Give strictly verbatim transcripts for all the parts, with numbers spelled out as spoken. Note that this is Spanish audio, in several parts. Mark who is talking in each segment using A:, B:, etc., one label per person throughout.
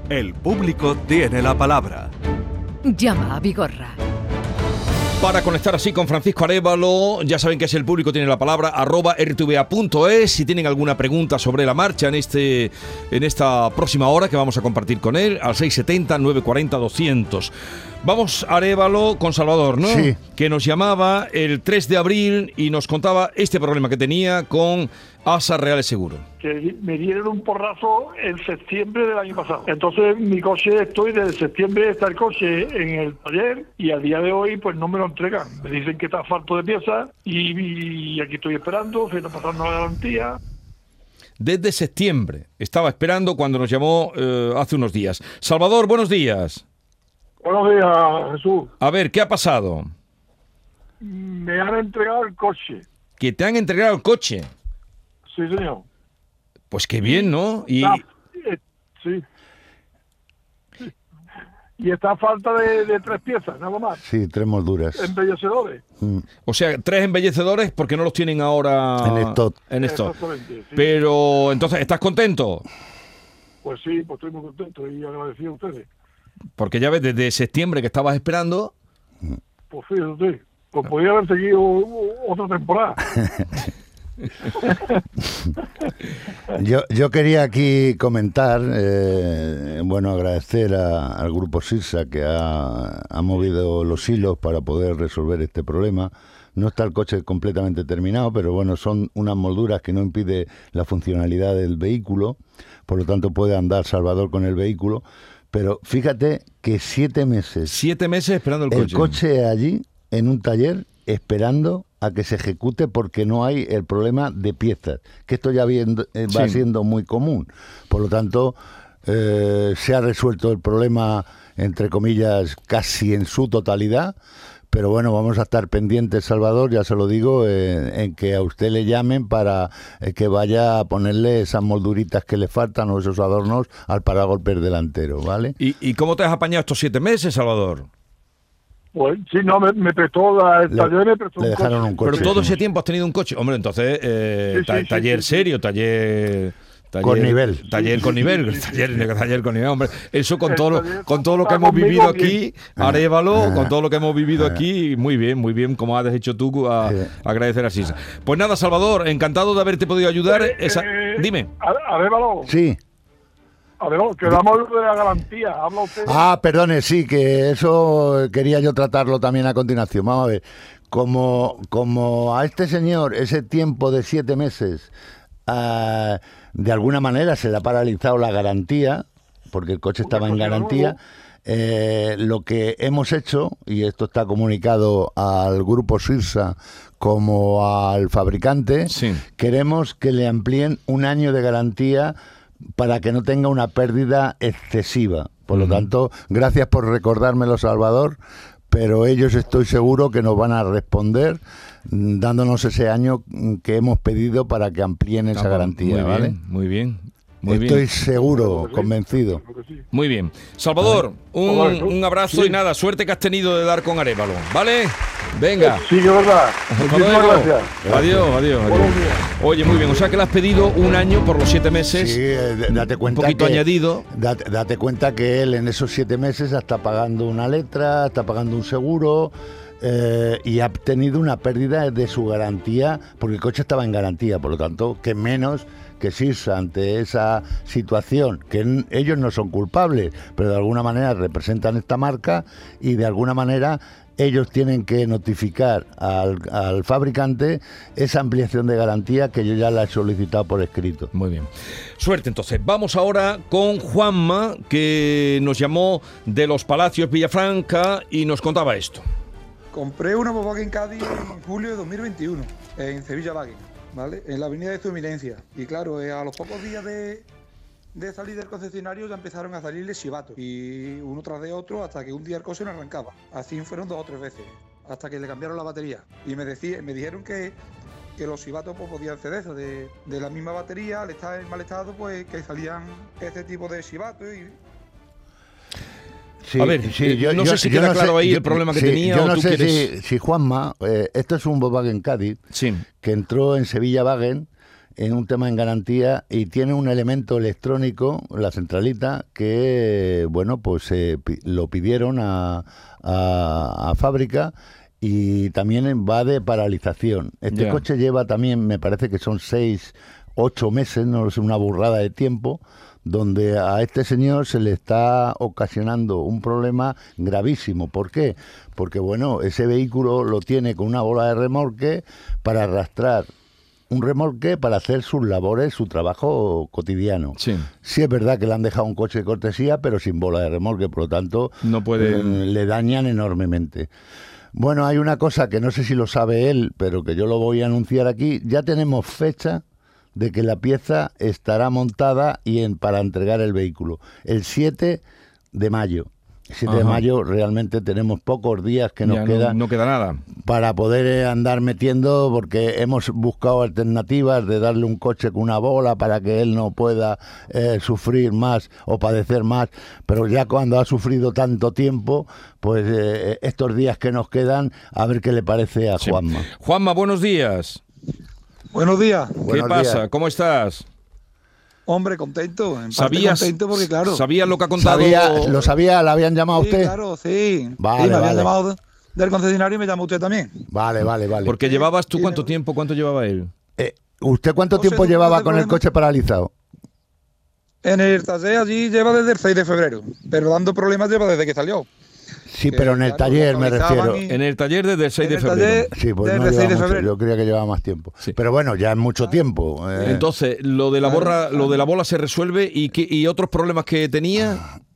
A: El público tiene la palabra.
B: Llama a Vigorra.
C: Para conectar así con Francisco Arévalo, ya saben que es El Público Tiene la Palabra, arroba r t v a punto es. Si tienen alguna pregunta sobre la marcha en este en esta próxima hora que vamos a compartir con él, al seis setenta, nueve cuarenta, doscientos. Vamos a Arévalo con Salvador, ¿no?
D: Sí.
C: Que nos llamaba el tres de abril y nos contaba este problema que tenía con Asa Reales Seguro.
E: Que me dieron un porrazo en septiembre del año pasado. Entonces mi coche, estoy desde septiembre, está el coche en el taller y al día de hoy pues no me lo entregan. Me dicen que está falto de piezas y, y aquí estoy esperando, se está pasando la garantía.
C: Desde septiembre. Estaba esperando cuando nos llamó eh, hace unos días. Salvador, buenos días.
E: Buenos días, Jesús.
C: A ver, ¿qué ha pasado?
E: Me han entregado el coche.
C: Que te han entregado el coche.
E: Sí, señor.
C: Pues qué bien, ¿no? Y
E: Está, eh, sí. sí. Y está a falta de, de tres piezas, nada más.
D: Sí, tres molduras.
E: Embellecedores.
D: Mm.
C: o sea, tres embellecedores porque no los tienen ahora
D: En stock.
C: En stock.
E: Exactamente, sí.
C: Pero entonces, ¿estás contento?
E: Pues sí, pues estoy muy contento y agradecido a ustedes.
C: Porque ya ves, desde septiembre que estabas esperando.
E: Pues fíjate, pues podría haber seguido otra temporada.
D: Yo, yo quería aquí comentar, eh, bueno, agradecer a- al Grupo Sirsa que ha, ha movido los hilos para poder resolver este problema. No está el coche completamente terminado, pero bueno, son unas molduras que no impide la funcionalidad del vehículo, por lo tanto puede andar Salvador con el vehículo. Pero fíjate que siete meses
C: Siete meses esperando el,
D: el
C: coche.
D: coche allí, en un taller, esperando a que se ejecute porque no hay el problema de piezas, que esto ya viendo, eh, va
C: Sí.
D: siendo muy común. Por lo tanto, eh, se ha resuelto el problema, entre comillas, casi en su totalidad. Pero bueno, vamos a estar pendientes, Salvador, ya se lo digo, eh, en que a usted le llamen para eh, que vaya a ponerle esas molduritas que le faltan o esos adornos al paragolpes delantero, ¿vale?
C: ¿Y, ¿Y cómo te has apañado estos siete meses, Salvador?
E: Pues sí, no, me, me prestó la, el
D: Le-
E: taller, me prestó
D: le
E: un
D: dejaron
E: coche.
D: un coche.
C: Pero todo
D: sí.
C: ese tiempo has tenido un coche. Hombre, entonces, eh,
E: Sí,
C: ta-
E: sí, sí,
C: taller
E: sí, sí.
C: serio, taller... taller
D: Con nivel.
C: Taller con nivel, taller, taller con nivel, hombre. Eso con
E: El
C: todo, lo,
E: taller
C: con todo lo que
E: está
C: hemos
E: conmigo
C: vivido
E: bien.
C: aquí, Arévalo,
D: Ah.
C: con todo lo que hemos vivido aquí, muy bien, muy bien, como has hecho tú, a,
D: Sí.
C: agradecer a Sisa. Pues nada, Salvador, encantado de haberte podido ayudar.
E: Eh,
C: Esa-
E: eh,
C: Dime.
E: A- Arévalo,
D: Sí.
E: Arévalo, quedamos de la garantía, habla usted.
D: Ah, perdone, sí, que eso quería yo tratarlo también a continuación. Vamos a ver, como, como a este señor ese tiempo de siete meses, ah, de alguna manera se le ha paralizado la garantía, porque el coche
E: Porque
D: estaba en
E: coche
D: garantía,
E: nuevo.
D: eh, lo que hemos hecho, y esto está comunicado al Grupo Sirsa como al fabricante,
C: Sí.
D: queremos que le amplíen un año de garantía para que no tenga una pérdida excesiva. Por lo
C: Ujú.
D: tanto, gracias por recordármelo, Salvador, pero ellos estoy seguro que nos van a responder mm, dándonos ese año mm, que hemos pedido para que amplíen esa
C: Ah,
D: garantía,
C: muy
D: ¿vale?
C: bien, muy bien, muy
D: Estoy
C: bien.
D: seguro,
E: Creo que sí,
D: convencido.
E: creo que sí.
C: Muy bien. Salvador, un,
E: Bueno,
C: un abrazo
E: sí.
C: y nada, suerte que has tenido de dar con Arévalo, ¿vale? Venga.
E: Sí, de verdad.
C: Hasta
E: Muchísimas
C: luego.
E: gracias.
C: Adiós, adiós, adiós.
E: Buenos días.
C: Oye, muy bien, o sea que le has pedido un año por los siete meses,
D: Sí, eh, d- date
C: un
D: cuenta
C: poquito
D: que,
C: añadido.
D: Date, date cuenta que él en esos siete meses está pagando una letra, está pagando un seguro eh, y ha tenido una pérdida de su garantía, porque el coche estaba en garantía, por lo tanto, que menos que Sirsa ante esa situación, que n- ellos no son culpables, pero de alguna manera representan esta marca y de alguna manera ellos tienen que notificar al, al fabricante esa ampliación de garantía que yo ya la he solicitado por escrito.
C: Muy bien. Suerte entonces. Vamos ahora con Juanma, que nos llamó de Los Palacios, Villafranca, y nos contaba esto.
F: Compré una Volkswagen Caddy en julio de dos mil veintiuno, en Sevilla Wagen, ¿vale? En la avenida de su eminencia. Y claro, eh, a los pocos días de, de salir del concesionario ya empezaron a salirle chivatos. Y uno tras de otro hasta que un día el coche no arrancaba. Así fueron dos o tres veces, hasta que le cambiaron la batería. Y me, decía, me dijeron que, que los chivatos pues, podían ser eso, de, de la misma batería, al estar en mal estado, pues que salían este tipo de chivatos y...
D: Sí,
C: A ver, eh, no sé si queda claro ahí el problema que tenía
D: Yo
C: o
D: no
C: tú
D: sé
C: quieres-
D: si, si Juanma, eh, esto es un Volkswagen Caddy
C: Sí.
D: que entró en Sevilla Wagen en un tema en garantía y tiene un elemento electrónico, la centralita, que, bueno, pues eh, pi- lo pidieron a, a, a fábrica y también va de paralización. Este
C: Ya.
D: coche lleva también, me parece que son seis, ocho meses, no sé, una burrada de tiempo, donde a este señor se le está ocasionando un problema gravísimo. ¿Por qué? Porque, bueno, ese vehículo lo tiene con una bola de remolque para arrastrar un remolque para hacer sus labores, su trabajo cotidiano.
C: Sí.
D: Sí es verdad que le han dejado un coche de cortesía, pero sin bola de remolque, por lo tanto,
C: No puede-
D: eh, le dañan enormemente. Bueno, hay una cosa que no sé si lo sabe él, pero que yo lo voy a anunciar aquí. Ya tenemos fecha de que la pieza estará montada y en, para entregar el vehículo. El siete de mayo. El siete de
C: Ajá.
D: mayo realmente tenemos pocos días que nos
C: Ya no-
D: quedan
C: no queda nada.
D: para poder eh, andar metiendo, porque hemos buscado alternativas de darle un coche con una bola para que él no pueda eh, sufrir más o padecer más, pero ya cuando ha sufrido tanto tiempo, pues eh, estos días que nos quedan, a ver qué le parece a
C: Sí.
D: Juanma.
C: Juanma, buenos días.
F: Buenos días.
C: ¿Qué
D: Buenos
C: pasa?
D: días.
C: ¿Cómo estás?
F: Hombre, contento. En parte
C: ¿Sabías,
F: contento porque, claro.
C: ¿Sabías lo que ha contado?
D: ¿Sabía, ¿Lo sabía? ¿La habían llamado a
F: Sí,
D: usted?
F: claro, sí.
D: Vale,
F: Sí, me habían
D: vale.
F: llamado del concesionario y me llamó usted también.
D: Vale, vale, vale.
C: Porque llevabas tú
F: Sí,
C: cuánto
F: no.
C: tiempo, cuánto llevaba él.
D: Eh, ¿Usted cuánto
F: No sé,
D: tiempo
F: no
D: llevaba
F: tengo
D: con el
F: problema.
D: coche paralizado?
F: En el taller allí lleva desde el seis de febrero, pero dando problemas lleva desde que salió.
D: Sí,
F: Que,
D: pero en el
F: claro,
D: taller
F: lo
D: me
F: actualizaban
D: refiero.
F: y-
C: En el taller desde el seis
F: En
C: de
F: el
C: febrero.
F: taller-
D: Sí, pues
F: desde
D: no
F: el seis
D: lleva
F: de
D: mucho.
F: febrero.
D: Yo creía que llevaba más tiempo.
C: Sí.
D: Pero bueno, ya es mucho tiempo. eh.
C: Entonces, lo de la
F: Claro,
C: borra, lo
F: claro.
C: de la bola se resuelve y qué- y otros problemas que tenía.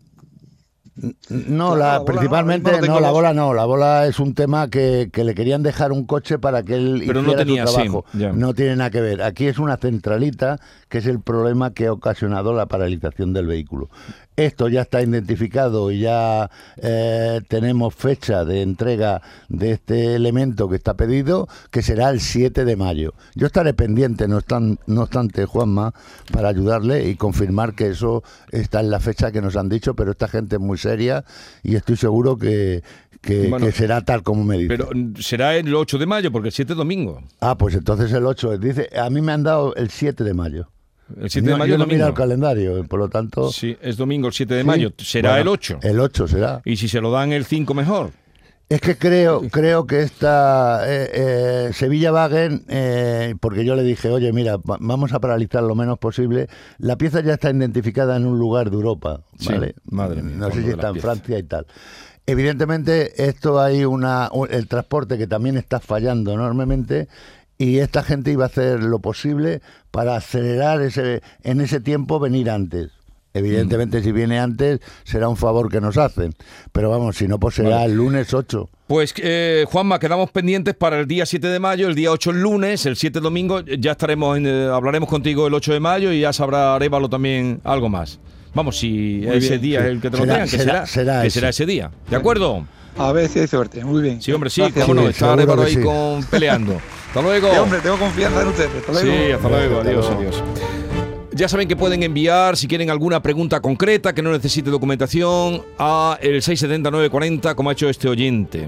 D: No,
F: Claro,
D: la,
F: la bola no,
D: principalmente
F: ahora mismo no
D: no,
F: tengo
D: la
F: los-
D: bola no, la bola es un tema que, que le querían dejar un coche para que él
C: Pero no
D: hiciera
C: tenía,
D: su
C: sí,
D: trabajo.
C: ya.
D: No tiene nada que ver. Aquí es una centralita que es el problema que ha ocasionado la paralización del vehículo. Esto ya está identificado y ya eh, tenemos fecha de entrega de este elemento que está pedido, que será el siete de mayo. Yo estaré pendiente, no, obstan- no obstante, Juanma, para ayudarle y confirmar que eso está en la fecha que nos han dicho, pero esta gente es muy seria y estoy seguro que, que,
C: Bueno,
D: que será tal como me dice.
C: Pero mm, será el ocho de mayo, porque el siete es domingo.
D: Ah, pues entonces el ocho, dice, a mí me han dado el siete de mayo.
C: El siete de
D: No,
C: mayo
D: yo
C: es
D: no miro el
C: domingo.
D: calendario, por lo tanto...
C: Sí, es domingo el siete de
D: Sí.
C: mayo. Será
D: Bueno,
C: el ocho.
D: El ocho será.
C: Y si se lo dan el cinco, mejor.
D: Es que creo creo que esta eh, eh, Sevilla Wagen, eh, porque yo le dije, oye, mira, va- vamos a paralizar lo menos posible. La pieza ya está identificada en un lugar de Europa,
C: Sí,
D: ¿vale?
C: madre mía,
D: No sé
C: cuando
D: si
C: de
D: está
C: las
D: en
C: piezas.
D: Francia y tal. Evidentemente, esto hay una un- el transporte que también está fallando enormemente. Y esta gente iba a hacer lo posible para acelerar ese en ese tiempo, venir antes. Evidentemente,
C: Mm.
D: si viene antes, será un favor que nos hacen. Pero vamos, si no, pues será
C: Vale.
D: el lunes ocho.
C: Pues, eh, Juanma, quedamos pendientes para el día siete de mayo, el día ocho el lunes, el siete domingo. Ya estaremos, en, eh, hablaremos contigo el ocho de mayo y ya sabrá Arévalo también algo más. Vamos, si
D: Muy
C: ese
D: bien,
C: día
D: sí.
C: es el que te lo
D: Será-
C: tengan, que
D: será-
C: será,
D: será
C: que
D: ese.
C: será ese día. ¿De acuerdo?
F: A ver si hay suerte. Muy bien.
C: Sí, hombre, sí,
F: Gracias.
C: cómo no,
D: Sí,
C: está
D: seguro
C: Arévalo
D: que
C: ahí
D: sí.
C: con, peleando. Hasta luego.
F: Sí, hombre, tengo confianza en ustedes. Hasta luego.
C: Sí, hasta luego,
D: Hasta
C: adiós,
D: luego.
C: adiós. Ya saben que pueden enviar, si quieren alguna pregunta concreta que no necesite documentación, a el seis siete cero nueve cuatro cero, como ha hecho este oyente.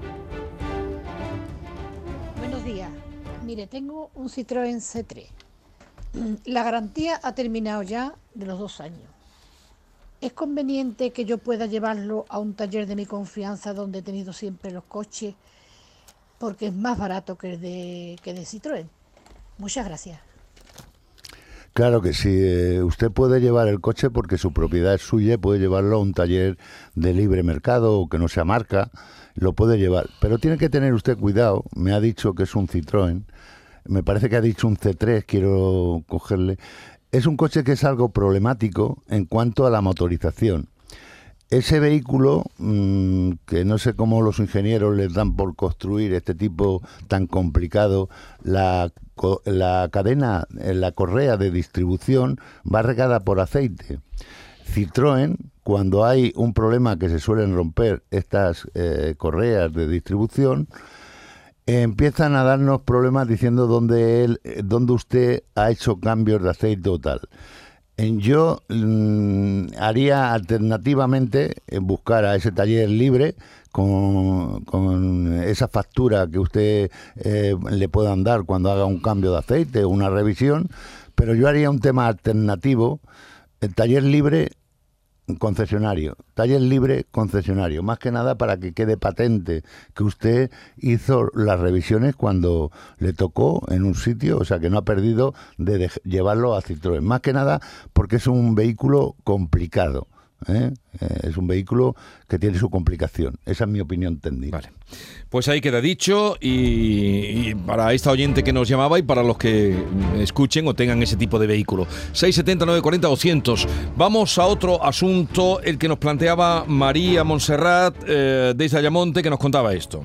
G: Buenos días. Mire, tengo un Citroën C tres. La garantía ha terminado ya de los dos años. ¿Es conveniente que yo pueda llevarlo a un taller de mi confianza donde he tenido siempre los coches? Porque es más barato que el de, que de Citroën. Muchas gracias.
D: Claro que sí, eh, usted puede llevar el coche porque su propiedad es suya, puede llevarlo a un taller de libre mercado o que no sea marca, lo puede llevar. Pero tiene que tener usted cuidado, me ha dicho que es un Citroën, me parece que ha dicho un C tres, quiero cogerle. Es un coche que es algo problemático en cuanto a la motorización. Ese vehículo, mmm, que no sé cómo los ingenieros les dan por construir este tipo tan complicado, la, co- la cadena, eh, la correa de distribución va regada por aceite. Citroën, cuando hay un problema que se suelen romper estas eh, correas de distribución, eh, empiezan a darnos problemas diciendo dónde, él, eh, dónde usted ha hecho cambios de aceite o tal. Yo mm, haría alternativamente eh, buscar a ese taller libre con, con esa factura que usted eh, le puedan dar cuando haga un cambio de aceite o una revisión, pero yo haría un tema alternativo, el taller libre concesionario, taller libre concesionario, más que nada para que quede patente que usted hizo las revisiones cuando le tocó en un sitio, o sea que no ha perdido de dej- llevarlo a Citroën, más que nada porque es un vehículo complicado. ¿Eh? Eh, es un vehículo que tiene su complicación. Esa es mi opinión técnica.
C: Vale. Pues ahí queda dicho y, y para esta oyente que nos llamaba y para los que escuchen o tengan ese tipo de vehículo. seis setenta, nueve cuarenta, doscientos. Vamos a otro asunto, el que nos planteaba María Montserrat eh, desde Ayamonte, que nos contaba esto.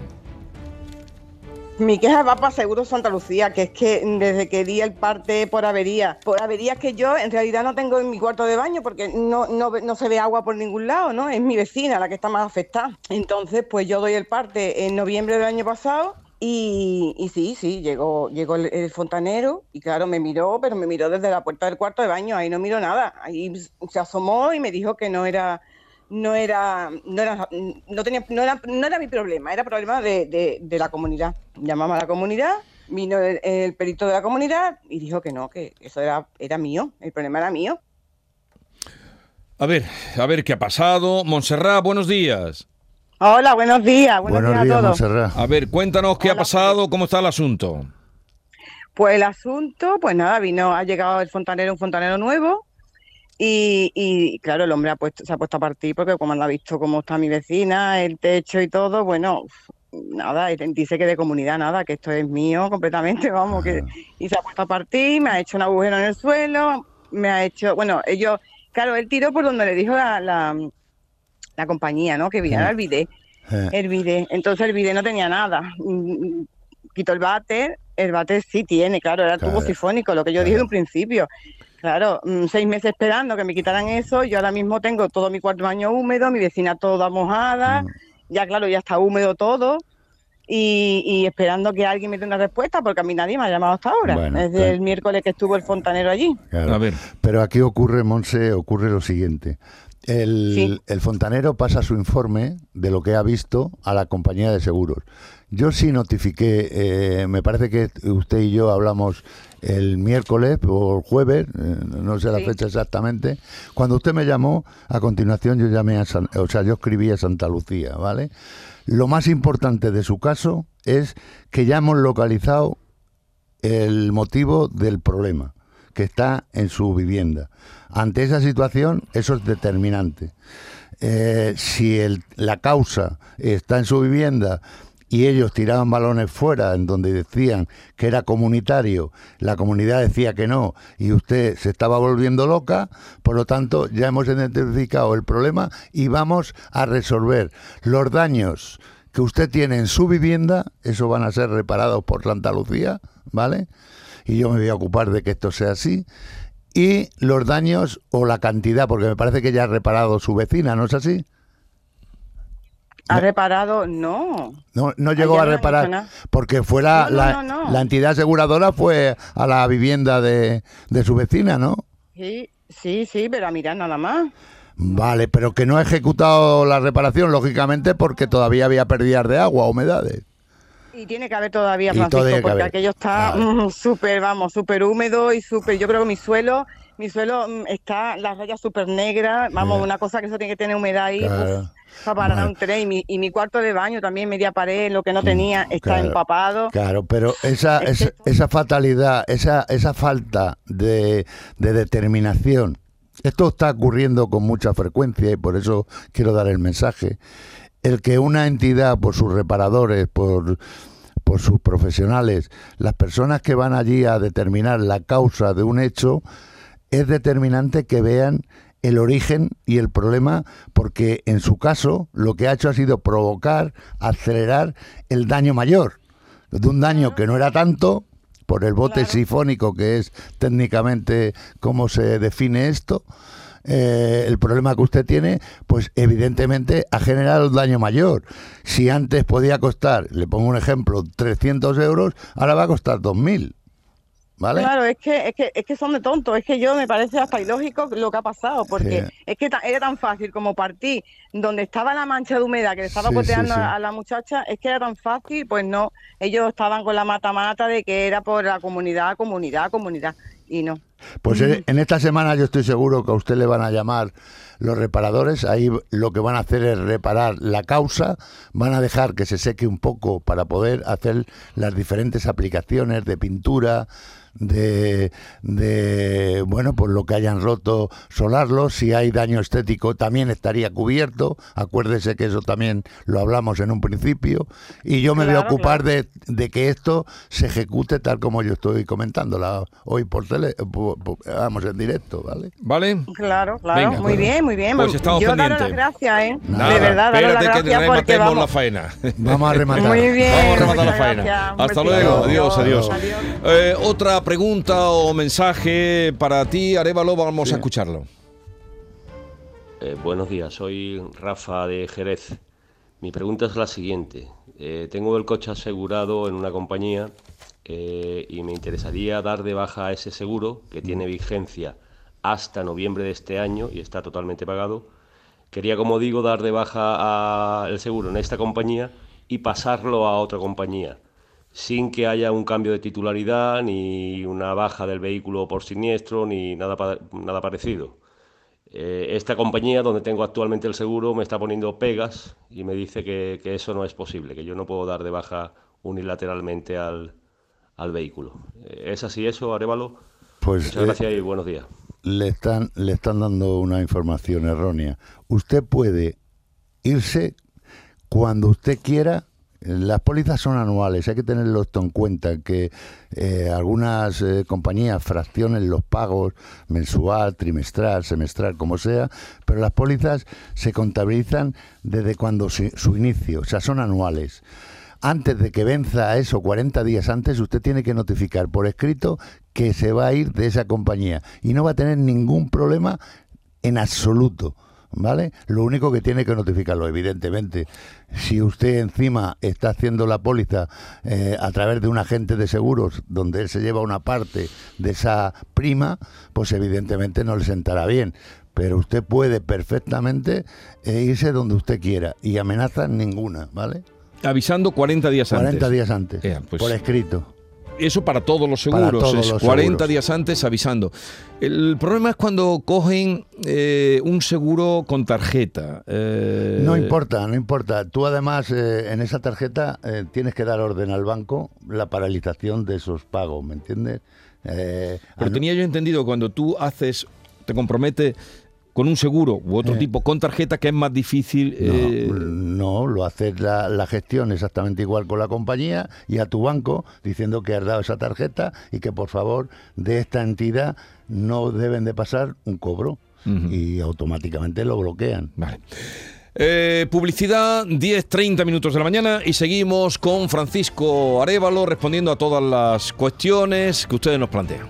H: Mi queja va para Seguros Santa Lucía, que es que desde que di el parte por avería, por averías que yo en realidad no tengo en mi cuarto de baño porque no, no, no se ve agua por ningún lado, ¿no? Es mi vecina la que está más afectada. Entonces, pues yo doy el parte en noviembre del año pasado y, y sí, sí, llegó, llegó el, el fontanero y claro, me miró, pero me miró desde la puerta del cuarto de baño, ahí no miró nada. Ahí se asomó y me dijo que no era... no era no era no tenía no era no era mi problema, era problema de, de, de la comunidad. Llamamos a la comunidad, vino el, el perito de la comunidad y dijo que no, que eso era era mío, el problema era mío.
C: A ver, a ver qué ha pasado. Montserrat, buenos días.
H: Hola, buenos días, buenos,
D: Buenos
H: días,
D: días,
H: a todos.
D: Montserrat.
C: A ver, cuéntanos qué
H: Hola,
C: ha pasado, cómo está el asunto.
H: Pues el asunto, pues nada, vino, ha llegado el fontanero, un fontanero nuevo. Y, y claro, el hombre ha puesto, se ha puesto a partir porque como ha visto cómo está mi vecina, el techo y todo, bueno, nada, dice que de comunidad nada, que esto es mío completamente, vamos, que y se ha puesto a partir, me ha hecho un agujero en el suelo, me ha hecho, bueno, ellos, claro, él tiró por donde le dijo la, la, la compañía, ¿no? Que viniera el bidet, el bidet, entonces el bidet no tenía nada, quitó el váter, el váter sí tiene, claro, era el tubo
D: Claro.
H: sifónico, lo que yo
D: Claro.
H: dije en un principio. Claro, mm, seis meses esperando que me quitaran eso, yo ahora mismo tengo todo mi cuarto de baño húmedo, mi vecina toda mojada,
D: Mm.
H: ya claro, ya está húmedo todo, y, y esperando que alguien me dé una respuesta, porque a mí nadie me ha llamado hasta ahora,
D: Bueno,
H: desde
D: pues-
H: el miércoles que estuvo el fontanero allí.
D: Claro.
C: A ver.
D: Pero aquí ocurre, Monse, ocurre lo siguiente. El,
H: Sí.
D: el fontanero pasa su informe de lo que ha visto a la compañía de seguros. Yo sí notifiqué, eh, me parece que usted y yo hablamos el miércoles o el jueves, eh, no sé la
H: Sí.
D: fecha exactamente. Cuando usted me llamó, a continuación yo llamé a San- o sea, yo escribí a Santa Lucía, ¿vale? Lo más importante de su caso es que ya hemos localizado el motivo del problema, que está en su vivienda. Ante esa situación, eso es determinante. Eh, si el- la causa está en su vivienda y ellos tiraban balones fuera, en donde decían que era comunitario, la comunidad decía que no, y usted se estaba volviendo loca, por lo tanto, ya hemos identificado el problema y vamos a resolver los daños que usted tiene en su vivienda, eso van a ser reparados por Santa Lucía, ¿vale? Y yo me voy a ocupar de que esto sea así. Y los daños o la cantidad, porque me parece que ya ha reparado su vecina, ¿no es así?
H: ¿Ha
D: No.
H: reparado? No.
D: No, no llegó
H: Allá
D: a
H: no han
D: reparar,
H: hecho nada.
D: porque fue la,
H: No, no,
D: la,
H: no, no.
D: la entidad aseguradora fue a la vivienda de, de su vecina, ¿no?
H: Sí, sí, sí, pero a mirar nada más.
D: Vale, pero que no ha ejecutado la reparación, lógicamente, porque todavía había pérdidas de agua, humedades.
H: Y tiene que haber todavía,
D: Y
H: Francisco,
D: todavía que
H: porque
D: haber.
H: aquello está
D: Vale.
H: mm, súper, vamos, súper húmedo y súper, yo creo que mi suelo, mi suelo mm, está, las rayas súper negras, vamos,
D: Ya.
H: una cosa que eso tiene que tener humedad ahí,
D: Claro.
H: uf, para parar
D: Vale.
H: un tren, y mi, y mi cuarto de baño también, media pared, lo que no tenía, está
D: Claro,
H: empapado.
D: Claro, pero esa,
H: Es
D: esa,
H: que-
D: esa fatalidad, esa, esa falta de, de determinación, esto está ocurriendo con mucha frecuencia y por eso quiero dar el mensaje. El que una entidad, por sus reparadores, por, por sus profesionales, las personas que van allí a determinar la causa de un hecho, es determinante que vean el origen y el problema, porque en su caso lo que ha hecho ha sido provocar, acelerar el daño mayor, de un daño que no era tanto, por el bote
H: Claro.
D: sifónico, que es técnicamente cómo se define esto, eh, el problema que usted tiene, pues evidentemente ha generado un daño mayor. Si antes podía costar, le pongo un ejemplo, trescientos euros, ahora va a costar dos mil. ¿vale?
H: Claro, es que, es que es que son de tontos, es que yo me parece hasta ilógico lo que ha pasado, porque
D: Sí.
H: es que ta- era tan fácil como partir donde estaba la mancha de humedad que le estaba
D: Sí,
H: goteando
D: sí, sí.
H: a la muchacha, es que era tan fácil, pues no, ellos estaban con la mata-mata de que era por la comunidad, comunidad, comunidad, y no.
D: Pues eh, en esta semana yo estoy seguro que a usted le van a llamar los reparadores, ahí lo que van a hacer es reparar la causa, van a dejar que se seque un poco para poder hacer las diferentes aplicaciones de pintura, de, de bueno, pues lo que hayan roto, solarlo, si hay daño estético también estaría cubierto, acuérdese que eso también lo hablamos en un principio, y yo me voy a
H: Claro,
D: ocupar
H: claro.
D: de, de que esto se ejecute tal como yo estoy comentándola hoy por tele, por- por- vamos, en directo, ¿vale?
C: ¿Vale?
H: Claro, claro,
C: Venga,
H: muy
C: bueno.
H: bien, muy bien.
C: Pues estamos
H: yo daros las
C: pendientes.
H: gracias, ¿eh?
D: Nada,
H: de verdad, daros las
C: espérate que
H: gracias porque
C: rematemos la
H: vamos.
C: faena.
D: Vamos a rematar.
H: Muy bien.
C: Vamos a rematar la
H: muchas
C: faena.
H: gracias. Un
C: Hasta
H: besito.
C: luego. Adiós, adiós.
H: Adiós.
C: Eh, otra pregunta o mensaje para ti, Arévalo, vamos a escucharlo.
I: Eh, buenos días, soy Rafa de Jerez. Mi pregunta es la siguiente. Eh, tengo el coche asegurado en una compañía eh, y me interesaría dar de baja ese seguro que tiene vigencia hasta noviembre de este año y está totalmente pagado. Quería, como digo, dar de baja a el seguro en esta compañía y pasarlo a otra compañía, sin que haya un cambio de titularidad, ni una baja del vehículo por siniestro, ni nada, pa- nada parecido. Eh, esta compañía donde tengo actualmente el seguro me está poniendo pegas y me dice que, que eso no es posible, que yo no puedo dar de baja unilateralmente al, al vehículo. Eh, ¿Es así eso, Arévalo?
D: Pues
I: Muchas
D: eh,
I: gracias y buenos días.
D: le están le están dando una información errónea. Usted puede irse cuando usted quiera. Las pólizas son anuales, hay que tenerlo esto en cuenta, que eh, algunas eh, compañías fraccionen los pagos mensual, trimestral, semestral, como sea, pero las pólizas se contabilizan desde cuando su, su inicio, o sea, son anuales. Antes de que venza eso, cuarenta días antes, usted tiene que notificar por escrito que se va a ir de esa compañía y no va a tener ningún problema en absoluto, ¿vale? Lo único que tiene que notificarlo, evidentemente, si usted encima está haciendo la póliza eh, a través de un agente de seguros donde él se lleva una parte de esa prima, pues evidentemente no le sentará bien. Pero usted puede perfectamente eh, irse donde usted quiera y amenazas ninguna, ¿vale?
C: Avisando cuarenta días antes.
D: cuarenta días antes,
C: Ea, pues,
D: por escrito.
C: Eso para todos los
D: Para
C: seguros,
D: todos
C: es
D: los
C: cuarenta
D: seguros.
C: días antes avisando. El problema es cuando cogen eh, un seguro con tarjeta. eh,
D: No importa, no importa. Tú además eh, en esa tarjeta eh, tienes que dar orden al banco la paralización de esos pagos, ¿me entiendes? Eh,
C: Pero
D: an-
C: tenía yo entendido cuando tú haces, te comprometes con un seguro u otro
D: Eh.
C: tipo con tarjeta que es más difícil. eh,
D: No, no, lo haces la, la gestión exactamente igual con la compañía y a tu banco diciendo que has dado esa tarjeta y que por favor de esta entidad no deben de pasar un cobro
C: Ujú.
D: y automáticamente lo bloquean.
C: Vale. Eh, publicidad, diez treinta minutos de la mañana y seguimos con Francisco Arévalo respondiendo a todas las cuestiones que ustedes nos plantean.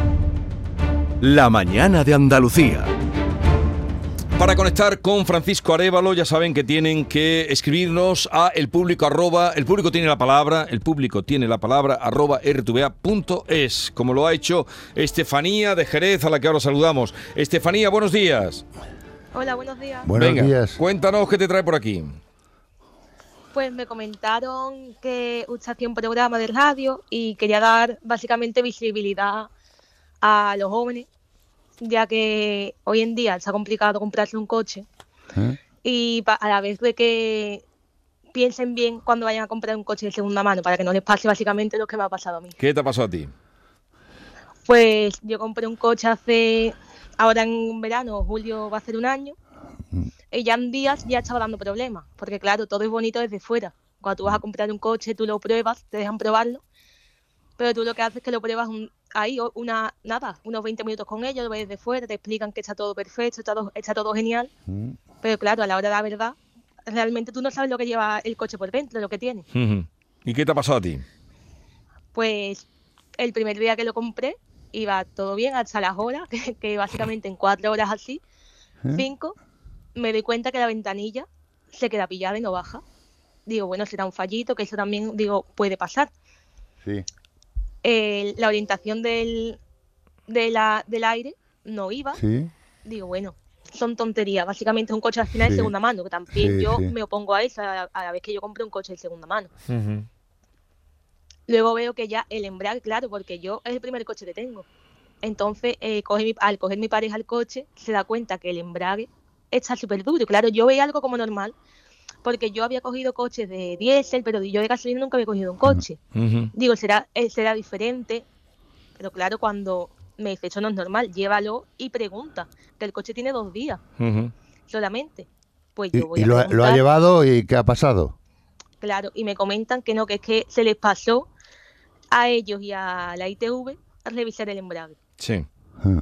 A: La mañana de Andalucía.
C: Para conectar con Francisco Arévalo, ya saben que tienen que escribirnos a el público arroba, el público tiene la palabra, el público tiene la palabra arroba r t v a punto es, como lo ha hecho Estefanía de Jerez, a la que ahora saludamos. Estefanía, buenos días.
J: Hola, buenos días.
D: Buenos
C: Venga,
D: días.
C: cuéntanos qué te trae por aquí.
J: Pues me comentaron que usted hacía un programa de radio y quería dar básicamente visibilidad a los jóvenes, ya que hoy en día está complicado comprarse un coche
D: ¿Eh?
J: y pa- a la vez de que piensen bien cuando vayan a comprar un coche de segunda mano para que no les pase básicamente lo que me ha pasado a mí.
C: ¿Qué te ha pasado a ti?
J: Pues yo compré un coche hace, ahora en verano, julio va a ser un año, y ya en días ya estaba dando problemas, porque claro, todo es bonito desde fuera. Cuando tú vas a comprar un coche, tú lo pruebas, te dejan probarlo, pero tú lo que haces es que lo pruebas un- ahí, o- una nada, unos veinte minutos con ellos, lo ves desde fuera, te explican que está todo perfecto, está todo, está todo genial,
D: Mm.
J: pero claro, a la hora de la verdad, realmente tú no sabes lo que lleva el coche por dentro, lo que tiene.
C: Ujú. ¿Y qué te ha pasado a ti?
J: Pues el primer día que lo compré, iba todo bien hasta las horas, que, que básicamente en cuatro horas así, cinco, me doy cuenta que la ventanilla se queda pillada y no baja. Digo, bueno, será un fallito, que eso también, digo, puede pasar.
D: Sí.
J: el- la orientación del, de la, del aire no iba.
D: Sí.
J: Digo, bueno, son tonterías. Básicamente es un coche al final
D: Sí.
J: de segunda mano, que también
D: Sí,
J: yo
D: sí.
J: me opongo a eso a, a la vez que yo compré un coche de segunda mano.
C: Ujú.
J: Luego veo que ya el embrague, claro, porque yo es el primer coche que tengo. Entonces, eh, coge mi- al coger mi pareja el coche, se da cuenta que el embrague está súper duro. Y claro, yo veía algo como normal, porque yo había cogido coches de diésel, pero yo de gasolina nunca había cogido un coche.
C: Ujú.
J: Digo, será, eh, será diferente, pero claro, cuando me dice, eso no es normal, llévalo y pregunta, que el coche tiene dos días
C: Ujú.
J: solamente. Pues
D: ¿Y,
J: yo voy
D: y
J: a
D: lo, ha- lo ha
J: preguntar,
D: llevado y qué ha pasado?
J: claro, y me comentan que no, que es que se les pasó a ellos y a la I T V a revisar el embrague.
C: Sí.
D: Ah,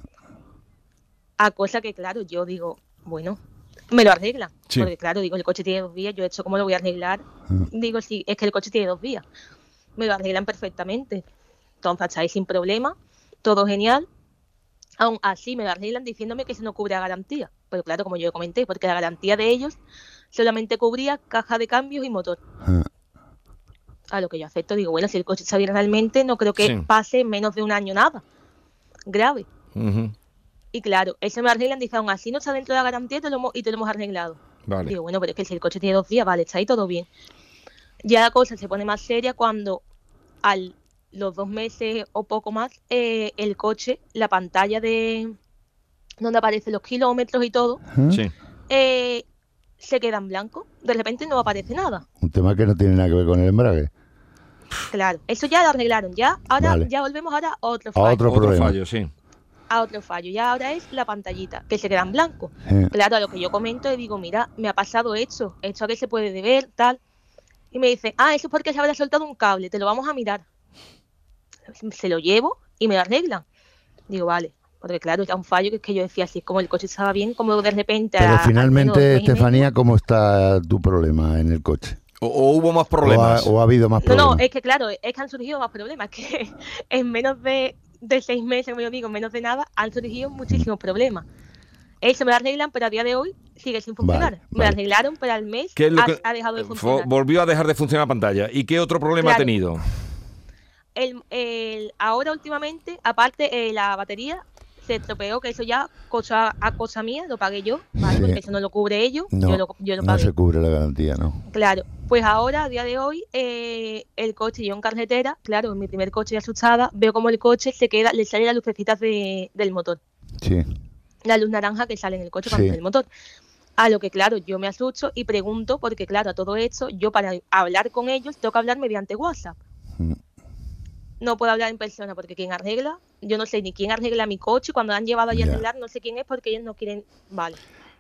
J: A cosa que, claro, yo digo, bueno, me lo arreglan.
C: Sí.
J: Porque, claro, digo, el coche tiene dos días, yo he hecho, ¿cómo lo voy a arreglar? Digo, sí, es que el coche tiene dos días. Me lo arreglan perfectamente. Entonces, hasta ahí sin problema, todo genial. Aún así, me lo arreglan diciéndome que eso no cubre la garantía. Pero claro, como yo comenté, porque la garantía de ellos solamente cubría caja de cambios y motor.
D: ah.
J: A lo que yo acepto, digo, bueno, si el coche está bien realmente, no creo que
C: Sí.
J: pase menos de un año nada. Grave.
C: Ujú.
J: Y claro, eso me arreglan, dice, aún así no está dentro de la garantía y te lo hemos, y te lo hemos arreglado.
C: Vale.
J: Digo, bueno, pero es que si el coche tiene dos días, vale, está ahí todo bien. Ya la cosa se pone más seria cuando a los dos meses o poco más, eh, el coche, la pantalla de donde aparecen los kilómetros y todo,
C: Sí.
J: eh, se queda en blanco. De repente no aparece nada.
D: Un tema que no tiene nada que ver con el embrague.
J: Claro, eso ya lo arreglaron. Ya ahora
D: Vale.
J: ya volvemos ahora a otro
D: A
J: fallo.
D: otro
C: Otro
D: problema.
C: fallo, sí.
J: a otro fallo. Ya ahora es la pantallita, que se queda en blanco.
D: Eh.
J: Claro, a lo que yo comento y digo, mira, me ha pasado esto, esto a qué se puede deber, tal. Y me dice, ah, eso es porque se habrá soltado un cable, te lo vamos a mirar. Se lo llevo y me lo arreglan. Digo, vale, porque claro, era un fallo que es que yo decía, así como el coche estaba bien, como de repente...
D: Pero
J: a- al
D: finalmente,
J: menos mes y medio-
D: Estefanía, ¿cómo está tu problema en el coche?
C: O, o hubo más
D: ¿O ha,
C: problemas.
D: o ha habido más
J: No,
D: problemas?
J: no, es que claro, es que han surgido más problemas, que en menos de, de seis meses, como yo digo, en menos de nada, han surgido muchísimos problemas. Eso me lo arreglan, pero a día de hoy sigue sin funcionar.
D: Vale,
J: Me
D: vale.
J: lo arreglaron, pero al mes
C: ¿Qué es lo
J: ha,
C: que-
J: ha dejado de
C: Fo-
J: funcionar.
C: volvió a dejar de funcionar la pantalla. ¿Y qué otro problema ha
J: Claro.
C: tenido?
J: El, el- ahora últimamente, aparte, eh, la batería se estropeó, que eso ya, cosa, a cosa mía, lo pagué yo, ¿vale?
D: Sí.
J: Porque eso no lo cubre ellos,
D: No,
J: yo lo, yo lo
D: no
J: pagué.
D: se cubre la garantía, ¿no?
J: Claro, pues ahora, a día de hoy, eh, el coche, yo en carretera, claro, en mi primer coche asustada, veo como el coche se queda, le sale las lucecitas de, del motor,
D: Sí.
J: la luz naranja que sale en el coche cuando
D: Sí.
J: sale el motor. A lo que, claro, yo me asusto y pregunto, porque claro, a todo esto, yo para hablar con ellos tengo que hablar mediante WhatsApp.
D: Mm.
J: No puedo hablar en persona porque quien arregla, yo no sé ni quién arregla mi coche, cuando han llevado allí a
D: Ya.
J: arreglar, no sé quién es porque ellos no quieren, vale,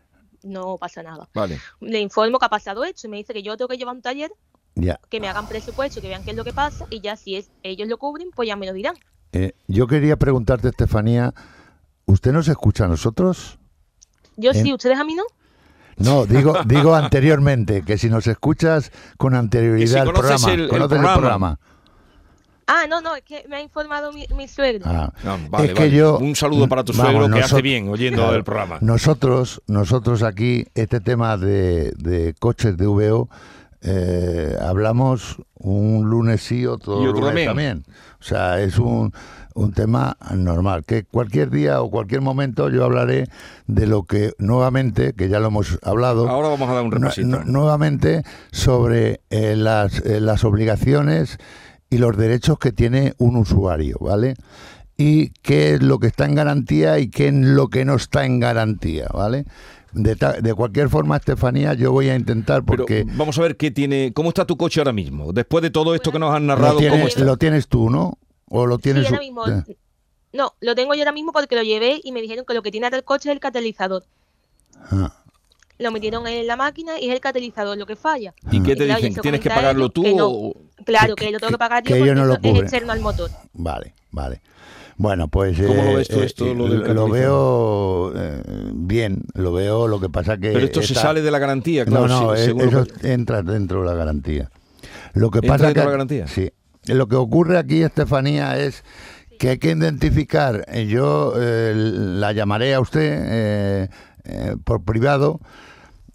J: no pasa nada.
C: Vale.
J: Le informo que ha pasado esto y me dice que yo tengo que llevar a un taller,
D: Ya.
J: que me hagan presupuesto, que vean qué es lo que pasa y ya si es ellos lo cubren, pues ya me lo dirán.
D: Eh, yo quería preguntarte, Estefanía, ¿usted nos escucha a nosotros?
J: Yo
D: ¿Eh?
J: sí, ¿ustedes a mí no?
D: No, digo digo anteriormente, que si nos escuchas con anterioridad al
C: conoces
D: programa,
C: el- el
D: conoces
C: programa.
D: el programa.
J: Ah, no, no, es que me ha informado mi, mi suegro.
D: Ah,
C: Ah, vale,
D: es que
C: vale.
D: yo
C: Un saludo para tu
D: vamos,
C: suegro que hace
D: nosot-
C: bien oyendo
D: Claro.
C: el programa.
D: Nosotros, nosotros aquí, este tema de, de coches de V O, eh, hablamos un lunes sí, otro,
C: Y otro
D: lunes
C: también.
D: también. O sea, es un, un tema normal, que cualquier día o cualquier momento yo hablaré de lo que nuevamente, que ya lo hemos hablado,
C: Ahora vamos a dar un
D: nu-
C: repasito.
D: nu- nuevamente sobre eh, las, eh, las obligaciones y los derechos que tiene un usuario, ¿vale? Y qué es lo que está en garantía y qué es lo que no está en garantía, ¿vale? De, ta- de cualquier forma, Estefanía, yo voy a intentar
C: Pero
D: porque
C: vamos a ver qué tiene, cómo está tu coche ahora mismo. Después de todo esto que nos han
D: lo
C: narrado, ¿cómo
D: tienes,
C: está?
D: lo tienes tú, ¿no? O lo tienes
J: Sí, ahora
D: u-
J: mismo.
D: eh,
J: No, lo tengo yo ahora mismo porque lo llevé y me dijeron que lo que tiene ahora el coche es el catalizador.
D: ah,
J: Lo metieron en la máquina y es el catalizador lo que falla.
C: ¿Y qué te
J: claro,
C: dicen?
J: yo se
C: ¿Tienes que
J: comenté a
C: pagarlo
J: ellos
C: tú
J: que no.
C: o...?
J: Claro,
D: Que-
J: que, lo tengo
D: que-
J: que pagar
D: que
J: yo
D: ellos
J: porque
D: no lo
J: eso es
D: cubren.
J: externo al motor.
D: Vale, vale. Bueno, pues
C: ¿Cómo lo
D: eh,
C: ves tú
D: eh,
C: esto, lo
D: eh,
C: del
D: lo
C: catalizador?
D: veo eh, bien, lo veo, lo que pasa que
C: Pero esto se
D: está-
C: sale de la garantía, claro.
D: no, no,
C: sí,
D: eh,
C: según lo
D: eso
C: que-
D: entra dentro de la garantía. Lo que
C: ¿Entra
D: pasa
C: dentro
D: que
C: de la garantía?
D: sí, lo que ocurre aquí, Estefanía, es que hay que identificar. eh, Yo eh, la llamaré a usted eh, eh, por privado
J: Sí.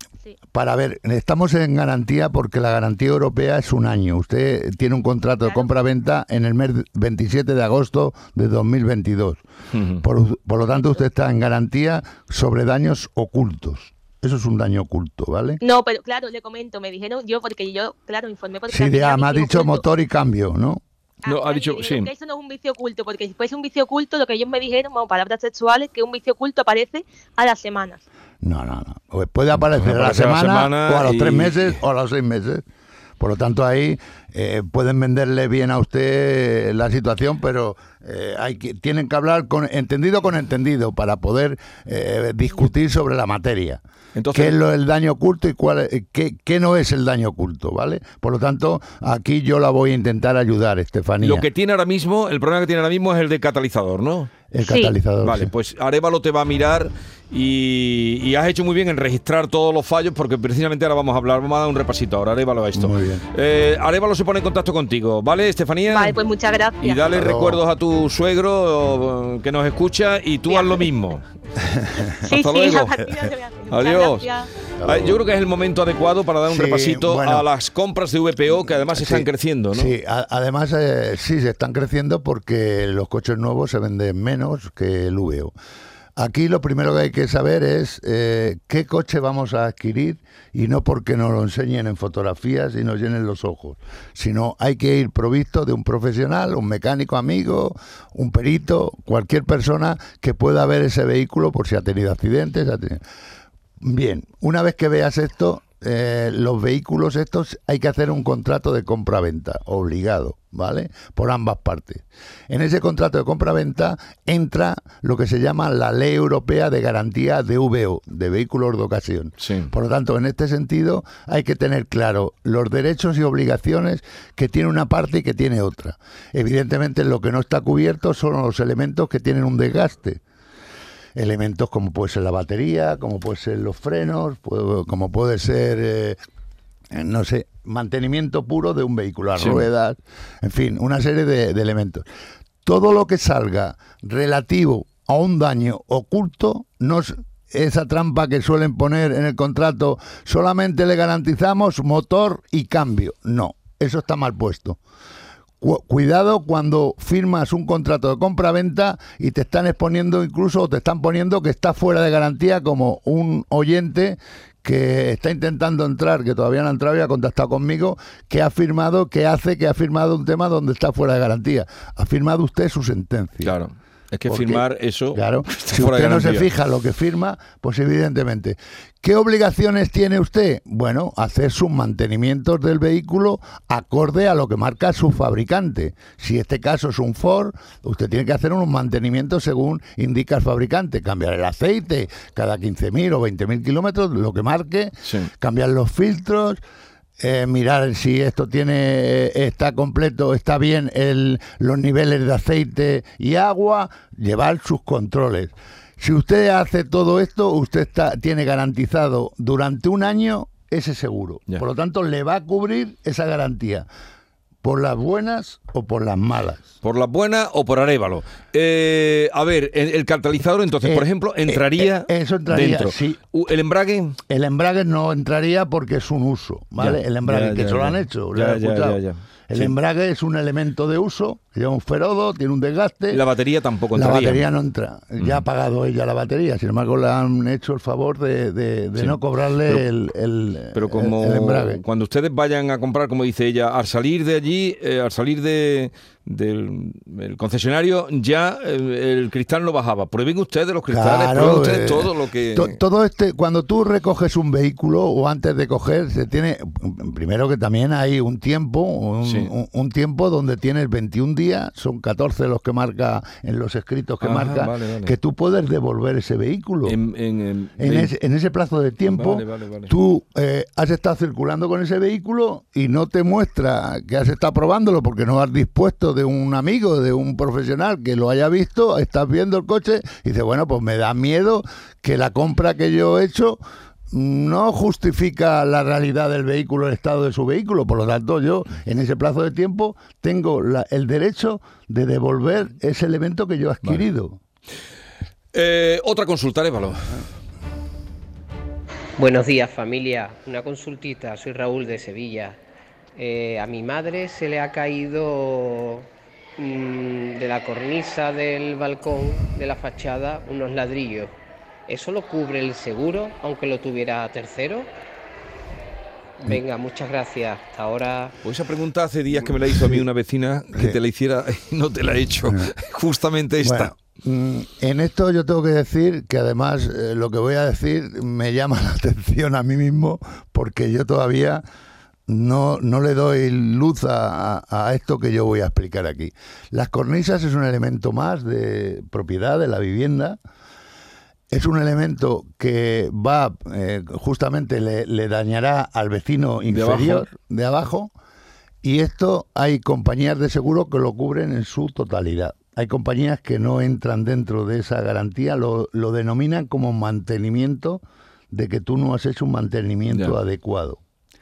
D: para ver, estamos en garantía porque la garantía europea es un año. Usted tiene un contrato de compra-venta en el mes veintisiete de agosto de dos mil veintidós. Uh-huh. Por, por lo tanto, usted está en garantía sobre daños ocultos. Eso es un daño oculto, ¿vale?
J: No, pero claro, le comento, me dijeron yo, porque yo, claro, informé porque...
D: Sí, ya me ha dicho oculto. Motor y cambio, ¿no?
J: Ah,
C: no, ha dicho, sí.
J: Que eso no es un vicio oculto, porque si fuese un vicio oculto, lo que ellos me dijeron, como palabras sexuales, que un vicio oculto aparece a las semanas.
D: No, no, no. Puede aparecer a la semana, la semana o a los y... tres meses o a los seis meses. Por lo tanto, ahí eh, pueden venderle bien a usted la situación, pero eh, hay que, tienen que hablar con entendido con entendido para poder eh, discutir sobre la materia. Entonces, ¿qué es lo, el daño oculto y cuál, qué, qué no es el daño oculto? ¿Vale? Por lo tanto, aquí yo la voy a intentar ayudar, Estefanía.
C: Lo que tiene ahora mismo, el problema que tiene ahora mismo es el de catalizador, ¿no?
D: El sí. catalizador.
C: Vale,
D: sí.
C: Pues Arévalo te va a mirar y, y has hecho muy bien en registrar todos los fallos porque precisamente ahora vamos a hablar, vamos a dar un repasito ahora, Arévalo, a esto.
D: Muy bien.
C: Eh, Arévalo se pone en contacto contigo, ¿vale, Estefanía?
J: Vale, pues muchas gracias.
C: Y dale Hello. recuerdos a tu suegro que nos escucha y tú haz lo mismo.
J: Sí,
C: Hasta
J: sí,
C: luego.
J: Adiós.
C: Yo creo que es el momento adecuado para dar un sí, repasito
D: bueno,
C: a las compras de V P O que además
D: sí,
C: están creciendo, ¿no?
D: Sí, a, además eh, sí se están creciendo porque los coches nuevos se venden menos que el V O. Aquí lo primero que hay que saber es eh, qué coche vamos a adquirir y no porque nos lo enseñen en fotografías y nos llenen los ojos, sino hay que ir provisto de un profesional, un mecánico amigo, un perito, cualquier persona que pueda ver ese vehículo por si ha tenido accidentes. Ha tenido... Bien, una vez que veas esto, eh, los vehículos estos hay que hacer un contrato de compra-venta obligado, ¿vale? Por ambas partes. En ese contrato de compra-venta entra lo que se llama la Ley Europea de Garantía de V O, de vehículos de ocasión.
C: Sí.
D: Por lo tanto, en este sentido hay que tener claro los derechos y obligaciones que tiene una parte y que tiene otra. Evidentemente, lo que no está cubierto son los elementos que tienen un desgaste. Elementos como puede ser la batería, como puede ser los frenos, puede, como puede ser, eh, no sé, mantenimiento puro de un vehículo, las sí. ruedas, en fin, una serie de, de elementos. Todo lo que salga relativo a un daño oculto, no es esa trampa que suelen poner en el contrato, solamente le garantizamos motor y cambio. No, eso está mal puesto. Cuidado cuando firmas un contrato de compra-venta y te están exponiendo incluso, o te están poniendo que está fuera de garantía, como un oyente que está intentando entrar, que todavía no ha entrado y ha contactado conmigo, que ha firmado, que hace, que ha firmado un tema donde está fuera de garantía. Ha firmado usted su sentencia.
C: Claro. Es que
D: Porque,
C: firmar eso...
D: Claro, si usted no se fija lo que firma, pues evidentemente. ¿Qué obligaciones tiene usted? Bueno, hacer sus mantenimientos del vehículo acorde a lo que marca su fabricante. Si este caso es un Ford, usted tiene que hacer unos mantenimientos según indica el fabricante. Cambiar el aceite cada quince mil o veinte mil kilómetros, lo que marque. Sí. Cambiar los filtros. Eh, mirar si esto tiene está completo, está bien el, los niveles de aceite y agua, llevar sus controles. Si usted hace todo esto, usted está, tiene garantizado durante un año ese seguro. Yeah. Por lo tanto, le va a cubrir esa garantía. ¿Por las buenas o por las malas?
C: Por las buenas o por Arévalo. Eh, a ver, el catalizador, entonces, eh, por ejemplo, entraría,
D: eh, eso entraría
C: dentro.
D: Sí.
C: ¿El embrague?
D: El embrague no entraría porque es un uso, ¿vale? Ya, el embrague, ya, que ya, se lo han hecho,
C: ya,
D: lo he escuchado.
C: Ya, ya, ya.
D: El
C: sí.
D: embrague es un elemento de uso, lleva un ferodo, tiene un desgaste.
C: La batería tampoco entraría.
D: La batería no entra. Mm. Ya ha pagado ella la batería, sin embargo le han hecho el favor de, de, de sí. no cobrarle pero, el, el,
C: pero como
D: el, el embrague.
C: Cuando ustedes vayan a comprar, como dice ella, al salir de allí, eh, al salir de... del el concesionario ya el, el cristal no bajaba. Prueben ustedes los cristales,
D: claro,
C: prueben ustedes
D: eh,
C: todo lo que...
D: To, todo este, cuando tú recoges un vehículo o antes de coger, se tiene, primero que también hay un tiempo, un, sí. un, un tiempo donde tienes veintiún días, son catorce los que marca en los escritos que Ajá, marca, vale, vale. que tú puedes devolver ese vehículo.
C: En, en, en,
D: en, ese, en ese plazo de tiempo,
C: vale, vale, vale.
D: tú eh, has estado circulando con ese vehículo y no te muestra que has estado probándolo porque no has dispuesto de un amigo, de un profesional que lo haya visto, estás viendo el coche y dices, bueno, pues me da miedo que la compra que yo he hecho no justifica la realidad del vehículo, el estado de su vehículo. Por lo tanto, yo en ese plazo de tiempo tengo la, el derecho de devolver ese elemento que yo he adquirido.
C: Vale. Eh, otra consulta, Arévalo.
K: Buenos días, familia. Una consultita. Soy Raúl de Sevilla. Eh, a mi madre se le ha caído mmm, de la cornisa del balcón de la fachada unos ladrillos. ¿Eso lo cubre el seguro, aunque lo tuviera tercero? Venga, muchas gracias. Hasta ahora.
C: Pues esa pregunta hace días que me la hizo a mí una vecina, que te la hiciera y no te la he hecho. Justamente esta.
D: Bueno, en esto yo tengo que decir que además eh, lo que voy a decir me llama la atención a mí mismo, porque yo todavía no, no le doy luz a, a, a esto que yo voy a explicar aquí. Las cornisas es un elemento más de propiedad de la vivienda. Es un elemento que va, eh, justamente le, le dañará al vecino inferior de abajo. de abajo, y esto hay compañías de seguro que lo cubren en su totalidad. Hay compañías que no entran dentro de esa garantía, lo, lo denominan como mantenimiento, de que tú no has hecho un mantenimiento ya. adecuado.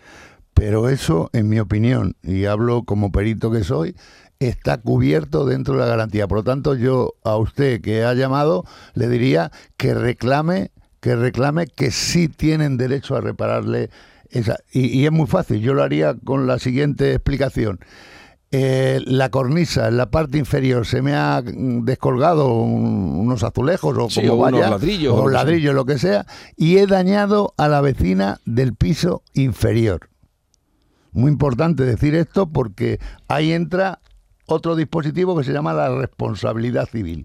D: Pero eso, en mi opinión, y hablo como perito que soy, está cubierto dentro de la garantía. Por lo tanto, yo a usted que ha llamado le diría que reclame, que reclame que sí tienen derecho a repararle esa. Y, y es muy fácil, yo lo haría con la siguiente explicación. Eh, la cornisa en la parte inferior se me ha descolgado un, unos azulejos o
C: sí,
D: como
C: o
D: vaya,
C: unos ladrillos,
D: o ladrillos, lo que sea, y he dañado a la vecina del piso inferior. Muy importante decir esto porque ahí entra otro dispositivo que se llama la responsabilidad civil.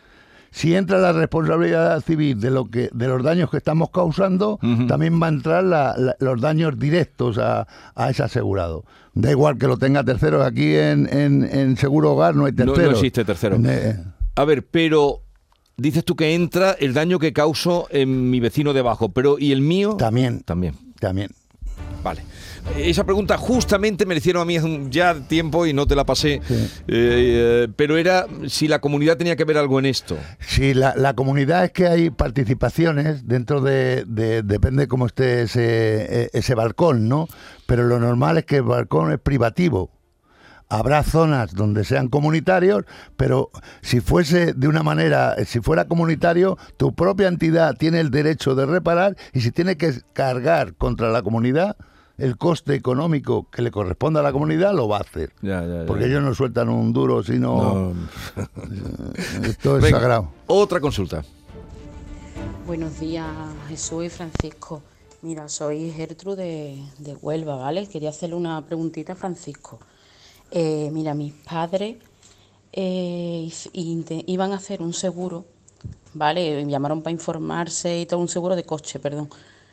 D: Si entra la responsabilidad civil de lo que de los daños que estamos causando, uh-huh. también va a entrar la, la, los daños directos a, a ese asegurado. Da igual que lo tenga tercero, aquí en, en, en Seguro Hogar no hay tercero.
C: No, no existe tercero. Eh, A ver, pero dices tú que entra el daño que causo en mi vecino de abajo, pero ¿y el mío?
D: También.
C: También.
D: También.
C: Vale. Esa pregunta justamente me la hicieron a mí hace ya tiempo y no te la pasé, sí. eh, eh, pero era si la comunidad tenía que ver algo en esto.
D: Sí, la, la comunidad es que hay participaciones dentro de, de depende cómo esté ese, ese balcón, ¿no? Pero lo normal es que el balcón es privativo. Habrá zonas donde sean comunitarios, pero si fuese de una manera, si fuera comunitario, tu propia entidad tiene el derecho de reparar, y si tiene que cargar contra la comunidad el coste económico que le corresponde a la comunidad, lo va a hacer.
C: Ya, ya, ya.
D: Porque ellos no sueltan un duro, sino... No. Esto es
C: Venga,
D: sagrado.
C: Otra consulta.
L: Buenos días, Jesús y Francisco. Mira, soy Gertrude de, de Huelva, ¿vale? Quería hacerle una preguntita a Francisco. Eh, mira, mis padres eh, iban a hacer un seguro, ¿vale? Me llamaron para informarse y todo, un seguro de coche, perdón.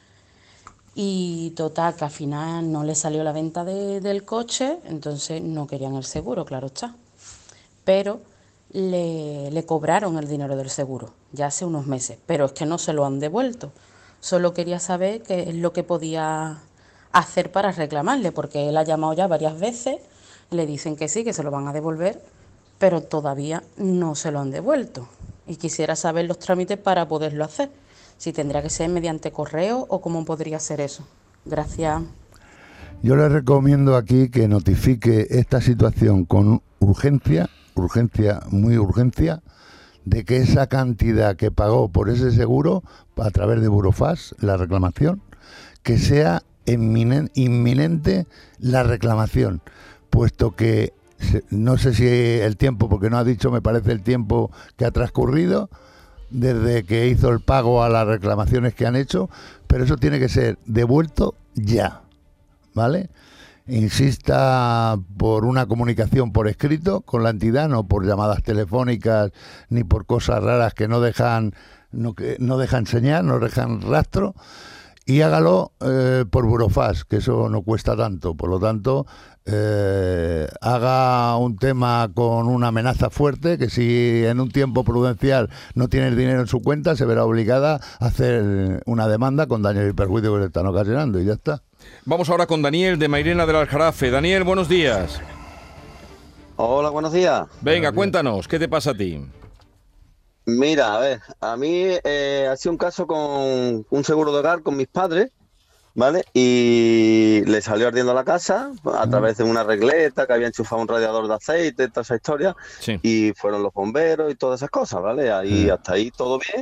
L: Y total, que al final no le salió la venta de, del coche, entonces no querían el seguro, claro está. Pero le, le cobraron el dinero del seguro, ya hace unos meses, pero es que no se lo han devuelto. Solo quería saber qué es lo que podía hacer para reclamarle, porque él ha llamado ya varias veces, le dicen que sí, que se lo van a devolver, pero todavía no se lo han devuelto. Y quisiera saber los trámites para poderlo hacer. Si tendrá que ser mediante correo o cómo podría ser eso. Gracias.
D: Yo le recomiendo aquí que notifique esta situación con urgencia, urgencia, muy urgencia, de que esa cantidad que pagó por ese seguro a través de Burofax, la reclamación, que sea inminente la reclamación, puesto que no sé si el tiempo, porque no ha dicho, me parece el tiempo que ha transcurrido desde que hizo el pago a las reclamaciones que han hecho, pero eso tiene que ser devuelto ya, ¿vale? Insista por una comunicación por escrito con la entidad, no por llamadas telefónicas ni por cosas raras que no dejan no, que no dejan señal, no dejan rastro, y hágalo eh, por Burofax, que eso no cuesta tanto. Por lo tanto, eh, haga un tema con una amenaza fuerte, que si en un tiempo prudencial no tiene el dinero en su cuenta, se verá obligada a hacer una demanda con daños y perjuicios que le están ocasionando, y ya está.
C: Vamos ahora con Daniel de Mairena del Aljarafe. Daniel, buenos días.
M: Hola, buenos días.
C: Venga, cuéntanos, ¿qué te pasa a ti?
M: Mira, a ver, a mí eh, ha sido un caso con un seguro de hogar con mis padres, ¿vale? Y le salió ardiendo la casa a través de una regleta que había enchufado un radiador de aceite, toda esa historia, sí. Y fueron los bomberos y todas esas cosas, ¿vale? Ahí, sí. Hasta ahí todo bien,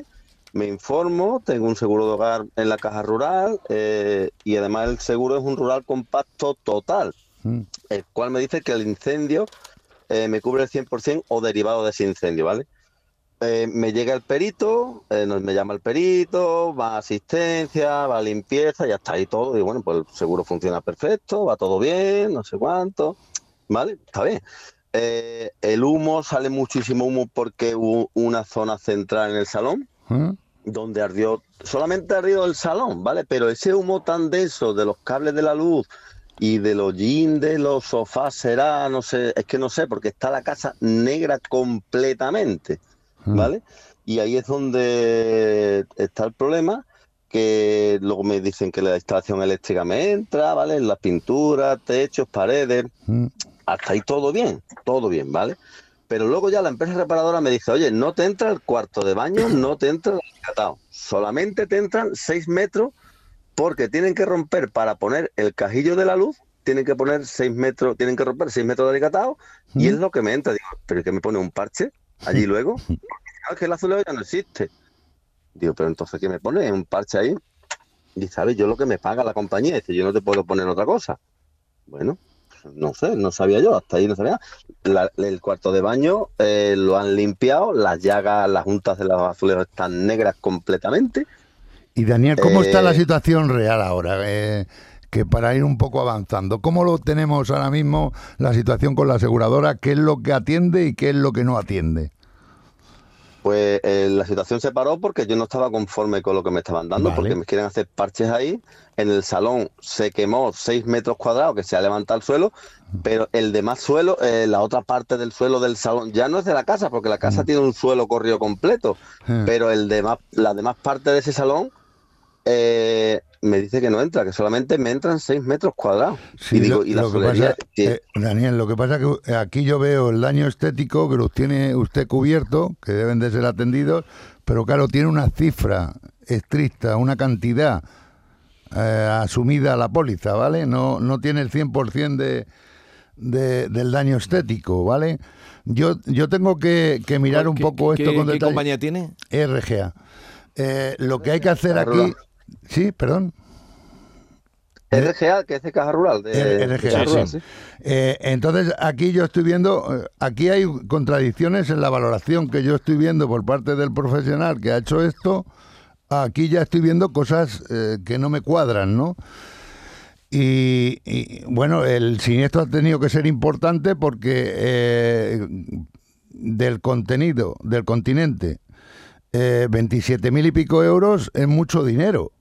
M: me informo, tengo un seguro de hogar en la Caja Rural eh, y además el seguro es un rural compacto total, mm. el cual me dice que el incendio eh, me cubre el cien por ciento o derivado de ese incendio, ¿vale? Eh, me llega el perito, eh, me llama el perito, va a asistencia, va a limpieza, ya está ahí todo. Y bueno, pues el seguro funciona perfecto, va todo bien, no sé cuánto, ¿vale? Está bien. Eh, el humo, sale muchísimo humo porque hubo una zona central en el salón, ¿Mm? donde ardió, solamente ardió el salón, ¿vale? Pero ese humo tan denso de los cables de la luz y de los jeans de los sofás será, no sé, es que no sé, porque está la casa negra completamente. ¿Vale? Y ahí es donde está el problema, que luego me dicen que la instalación eléctrica me entra, ¿vale? Las pinturas, techos, paredes, mm. hasta ahí todo bien, todo bien, ¿vale? Pero luego ya la empresa reparadora me dice, oye, no te entra el cuarto de baño, no te entra el alicatado, solamente te entran seis metros porque tienen que romper para poner el cajillo de la luz, tienen que poner seis metros, tienen que romper seis metros de alicatado mm. y es lo que me entra. Digo, ¿pero qué me pone un parche? Allí luego, es que el azuleo ya no existe. Digo, pero entonces, ¿qué me pone? ¿Un parche ahí? Y sabes, yo lo que me paga la compañía, dice, yo no te puedo poner otra cosa. Bueno, no sé, no sabía yo, hasta ahí no sabía. La, el cuarto de baño eh, lo han limpiado, las llagas, las juntas de los azulejos están negras completamente.
D: Y Daniel, ¿cómo eh, está la situación real ahora? Eh, que para ir un poco avanzando, ¿cómo lo tenemos ahora mismo la situación con la aseguradora? ¿Qué es lo que atiende y qué es lo que no atiende?
M: Pues eh, la situación se paró porque yo no estaba conforme con lo que me estaban dando, vale. porque me quieren hacer parches ahí. En el salón se quemó seis metros cuadrados que se ha levantado el suelo, pero el demás suelo, eh, la otra parte del suelo del salón, ya no es de la casa, porque la casa mm. tiene un suelo corrido completo, mm. pero el demás, la demás parte de ese salón eh, me dice que no entra, que solamente me entran seis metros cuadrados.
D: Sí,
M: y digo,
D: lo,
M: y la
D: lo que pasa, eh, Daniel, lo que pasa es que aquí yo veo el daño estético que los tiene usted cubierto, que deben de ser atendidos, pero claro, tiene una cifra estricta, una cantidad eh, asumida a la póliza, ¿vale? No, no tiene el cien por ciento de, de, del daño estético, ¿vale? Yo, yo tengo que, que mirar un poco esto
C: qué,
D: con detalle.
C: ¿Qué compañía tiene?
D: R G A. Eh, lo que hay que hacer aquí... Sí, perdón.
M: R G A, que es de Caja Rural. De,
D: R G A,
M: de Rural,
D: sí. Sí. Eh, entonces, aquí yo estoy viendo, aquí hay contradicciones en la valoración que yo estoy viendo por parte del profesional que ha hecho esto. Aquí ya estoy viendo cosas eh, que no me cuadran, ¿no? Y, y, bueno, el siniestro ha tenido que ser importante porque eh, del contenido, del continente, eh, veintisiete mil y pico euros es mucho dinero.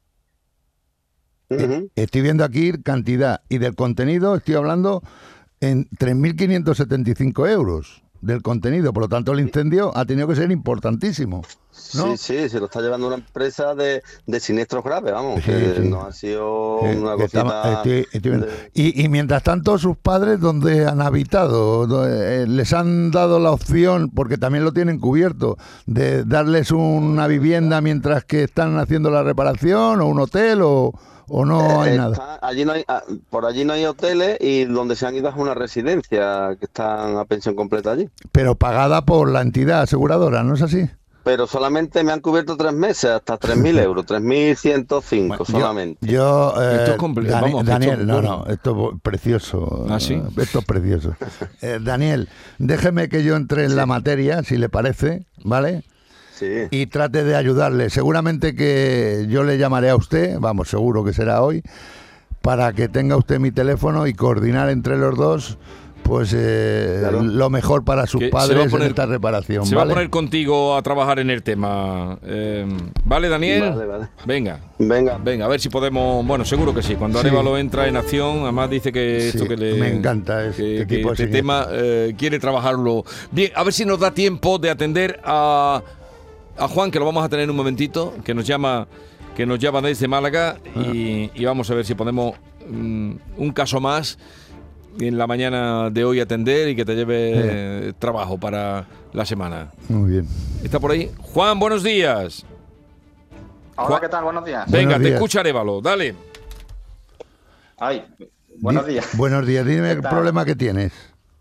D: Uh-huh. Estoy viendo aquí cantidad y del contenido estoy hablando en tres mil quinientos setenta y cinco euros del contenido, por lo tanto el incendio ha tenido que ser importantísimo, ¿no?
M: Sí, sí, se lo está llevando una empresa de, de siniestros graves, vamos, sí, que sí. no ha sido sí, una cosita...
D: Estamos, estoy, estoy de... y, y mientras tanto sus padres, ¿dónde han habitado? ¿Dónde, eh, les han dado la opción, porque también lo tienen cubierto, de darles una vivienda mientras que están haciendo la reparación o un hotel o... ¿O no hay
M: eh,
D: nada?
M: Está, allí no hay, por allí no hay hoteles y donde se han ido es una residencia que están a pensión completa allí.
D: Pero pagada por la entidad aseguradora, ¿no es así?
M: Pero solamente me han cubierto tres meses, hasta tres mil euros, tres mil ciento cinco bueno, solamente.
D: Yo, yo eh,
C: esto es completo.
D: Dani,
C: Vamos,
D: Daniel,
C: esto,
D: no,
C: bueno.
D: no, esto es precioso.
C: ¿Ah, sí?
D: Esto es precioso. eh, Daniel, déjeme que yo entre en sí. la materia, si le parece, ¿vale?
M: Sí.
D: Y trate de ayudarle. Seguramente que yo le llamaré a usted, vamos, seguro que será hoy, para que tenga usted mi teléfono y coordinar entre los dos pues eh, claro. lo mejor para sus que padres poner, en esta reparación.
C: Se
D: ¿vale?
C: va a poner contigo a trabajar en el tema. Eh, ¿Vale, Daniel?
M: Vale, vale.
C: Venga.
M: Venga.
C: Venga, a ver si podemos... Bueno, seguro que sí. Cuando sí. Arévalo entra en acción, además dice que esto
D: sí,
C: que le...
D: Me encanta este,
C: que,
D: tipo
C: que este tema eh, quiere trabajarlo. Bien, a ver si nos da tiempo de atender a... a Juan, que lo vamos a tener en un momentito, que nos llama que nos llama desde Málaga y, y vamos a ver si podemos um, un caso más en la mañana de hoy atender y que te lleve eh, trabajo para la semana.
D: Muy bien.
C: ¿Está por ahí? Juan, buenos días.
N: Hola,
C: Juan.
N: ¿qué tal? Buenos días.
C: Venga,
D: buenos
C: te
D: días.
C: escucha Arévalo, dale.
N: Ay, buenos días.
D: Buenos días, dime el problema que tienes.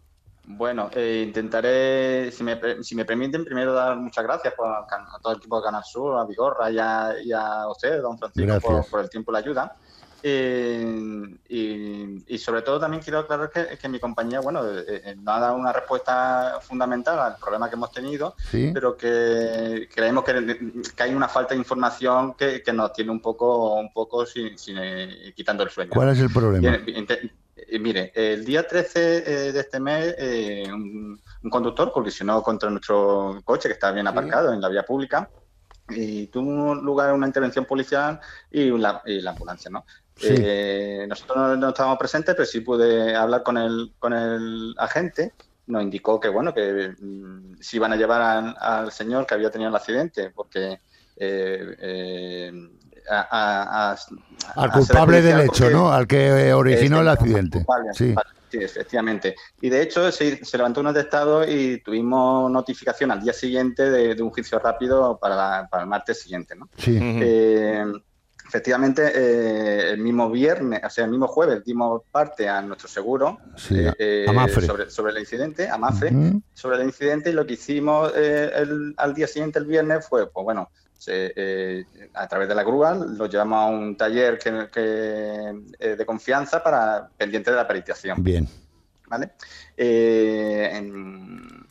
N: Bueno, eh, intentaré, si me, si me permiten, primero dar muchas gracias por, a todo el equipo de Canal Sur, a Vigorra y a, y a usted, don Francisco, por, por el tiempo y la ayuda. Eh, y, y sobre todo también quiero aclarar que, que mi compañía, bueno, eh, no ha dado una respuesta fundamental al problema que hemos tenido, ¿sí? Pero que creemos que, que hay una falta de información que, que nos tiene un poco, un poco sin, sin, eh, quitando el sueño.
D: ¿Cuál es el problema?
N: Bien, eh, mire, el día trece eh, de este mes, eh, un, un conductor colisionó contra nuestro coche que estaba bien aparcado, ¿sí?, en la vía pública, y tuvo lugar una intervención policial y la, y la ambulancia, ¿no? Sí. Eh, nosotros no, no estábamos presentes, pero sí pude hablar con el, con el agente. Nos indicó que, bueno, que mmm, se iban a llevar al, al señor que había tenido el accidente, porque eh, eh, a, a, a,
D: al culpable del hecho, porque, ¿no? Al que originó este, el accidente.
N: Culpable,
D: sí.
N: Sí, efectivamente. Y de hecho se, se levantó un atestado y tuvimos notificación al día siguiente de, de un juicio rápido para, la, para el martes siguiente, ¿no?
D: Sí.
N: Eh, efectivamente, eh, el mismo viernes, o sea, el mismo jueves dimos parte a nuestro seguro,
D: sí,
N: eh,
D: a Mafre.
N: sobre, sobre el incidente, a Mafre,
D: uh-huh.
N: sobre el incidente, y lo que hicimos eh, el, al día siguiente, el viernes, fue, pues bueno, se, eh, a través de la grúa lo llevamos a un taller que, que, eh, de confianza para pendiente de la peritación.
D: Bien.
N: ¿Vale? Eh, en,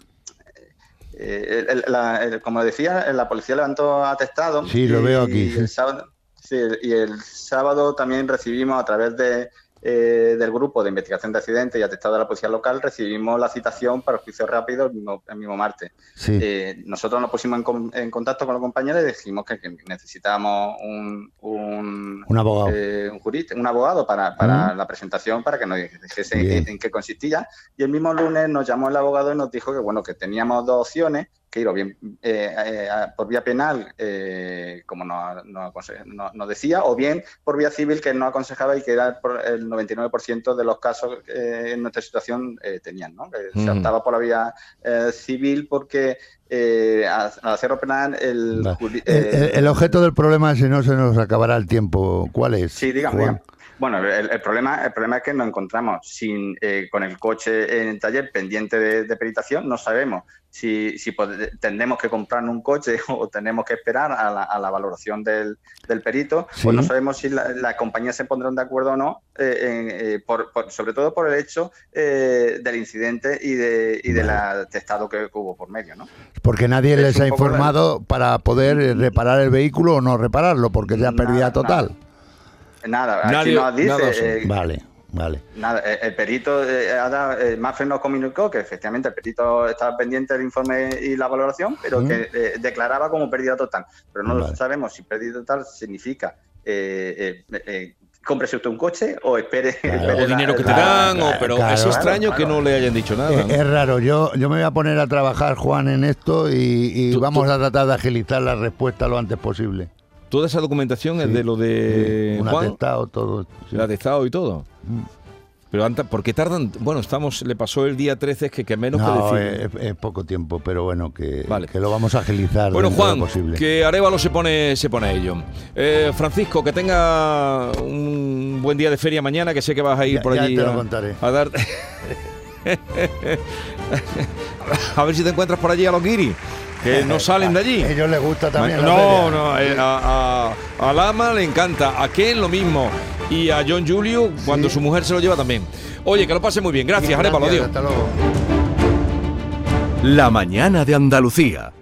N: eh, el, la, el, como decía, la policía levantó atestado.
D: Sí, lo
N: y,
D: veo aquí.
N: Y el sábado, sí, y el sábado también recibimos a través de Eh, del grupo de investigación de accidentes y atestado de la policía local, recibimos la citación para el juicio rápido el mismo, el mismo martes.
D: Sí.
N: Eh, nosotros nos pusimos en, en contacto con los compañeros y dijimos que, que necesitábamos un, un,
D: un abogado,
N: eh, un, jurista, un abogado para, para mm. la presentación, para que nos dijese en, en qué consistía. Y el mismo lunes nos llamó el abogado y nos dijo que, bueno, que teníamos dos opciones, que ir o bien eh, eh, por vía penal, eh, como nos no, no, no decía, o bien por vía civil, que nos aconsejaba y que era por el noventa y nueve por ciento de los casos eh, en nuestra situación eh, tenían, ¿no? Que mm. se optaba por la vía eh, civil porque eh, al hacerlo penal el,
D: vale. el, el, el objeto del problema, si no se nos acabará el tiempo, ¿cuál es?
N: Sí, dígame. Bueno, el, el, problema, el problema es que nos encontramos sin, eh, con el coche en el taller pendiente de, de peritación. No sabemos si, si pod- tendremos que comprar un coche o tenemos que esperar a la, a la valoración del, del perito. Sí. O no sabemos si las la compañías se pondrán de acuerdo o no, eh, eh, por, por, sobre todo por el hecho eh, del incidente y, de, y del atestado que hubo por medio, ¿no?
D: Porque nadie es les ha informado de... para poder reparar el vehículo o no repararlo, porque ya pérdida total.
N: Nada. Nada, aquí
C: nadie,
N: nos dice...
C: Nada
N: eh,
D: vale, vale.
N: Nada, el, el perito, eh, eh, Mafre nos comunicó que efectivamente el perito estaba pendiente del informe y la valoración, pero ¿Mm? que eh, declaraba como pérdida total. Pero no vale. sabemos si pérdida total significa... Eh, eh, eh, cómprese usted un coche o espere,
C: claro,
N: espere
C: o dinero que te dan, claro, o, pero claro, es extraño claro, que claro. no le hayan dicho nada.
D: Es, es raro, yo, yo me voy a poner a trabajar, Juan, en esto y, y tú, vamos tú... a tratar de agilizar la respuesta lo antes posible.
C: Toda esa documentación sí, es de lo de
D: sí, un
C: Juan,
D: atestado, todo. Sí.
C: El atestado y todo. Mm. Pero antes, ¿por qué tardan? Bueno, estamos, le pasó el día trece, es que, que menos
D: no,
C: que decir.
D: Es, es poco tiempo, pero bueno, que, vale. que lo vamos a agilizar.
C: Bueno, Juan,
D: lo posible.
C: Que Arévalo se pone, se pone a ello. Eh, Francisco, que tenga un buen día de feria mañana, que sé que vas a ir
D: ya,
C: por
D: ya
C: allí
D: te
C: a,
D: lo contaré.
C: a dar. A ver si te encuentras por allí a los guiris, que no salen de allí.
D: A ellos les gusta también.
C: No, no, a, a, a Lama le encanta, a Ken lo mismo, y a John Julio cuando sí. su mujer se lo lleva también. Oye, que lo pase muy bien. Gracias, Arévalo, adiós.
A: La mañana de Andalucía.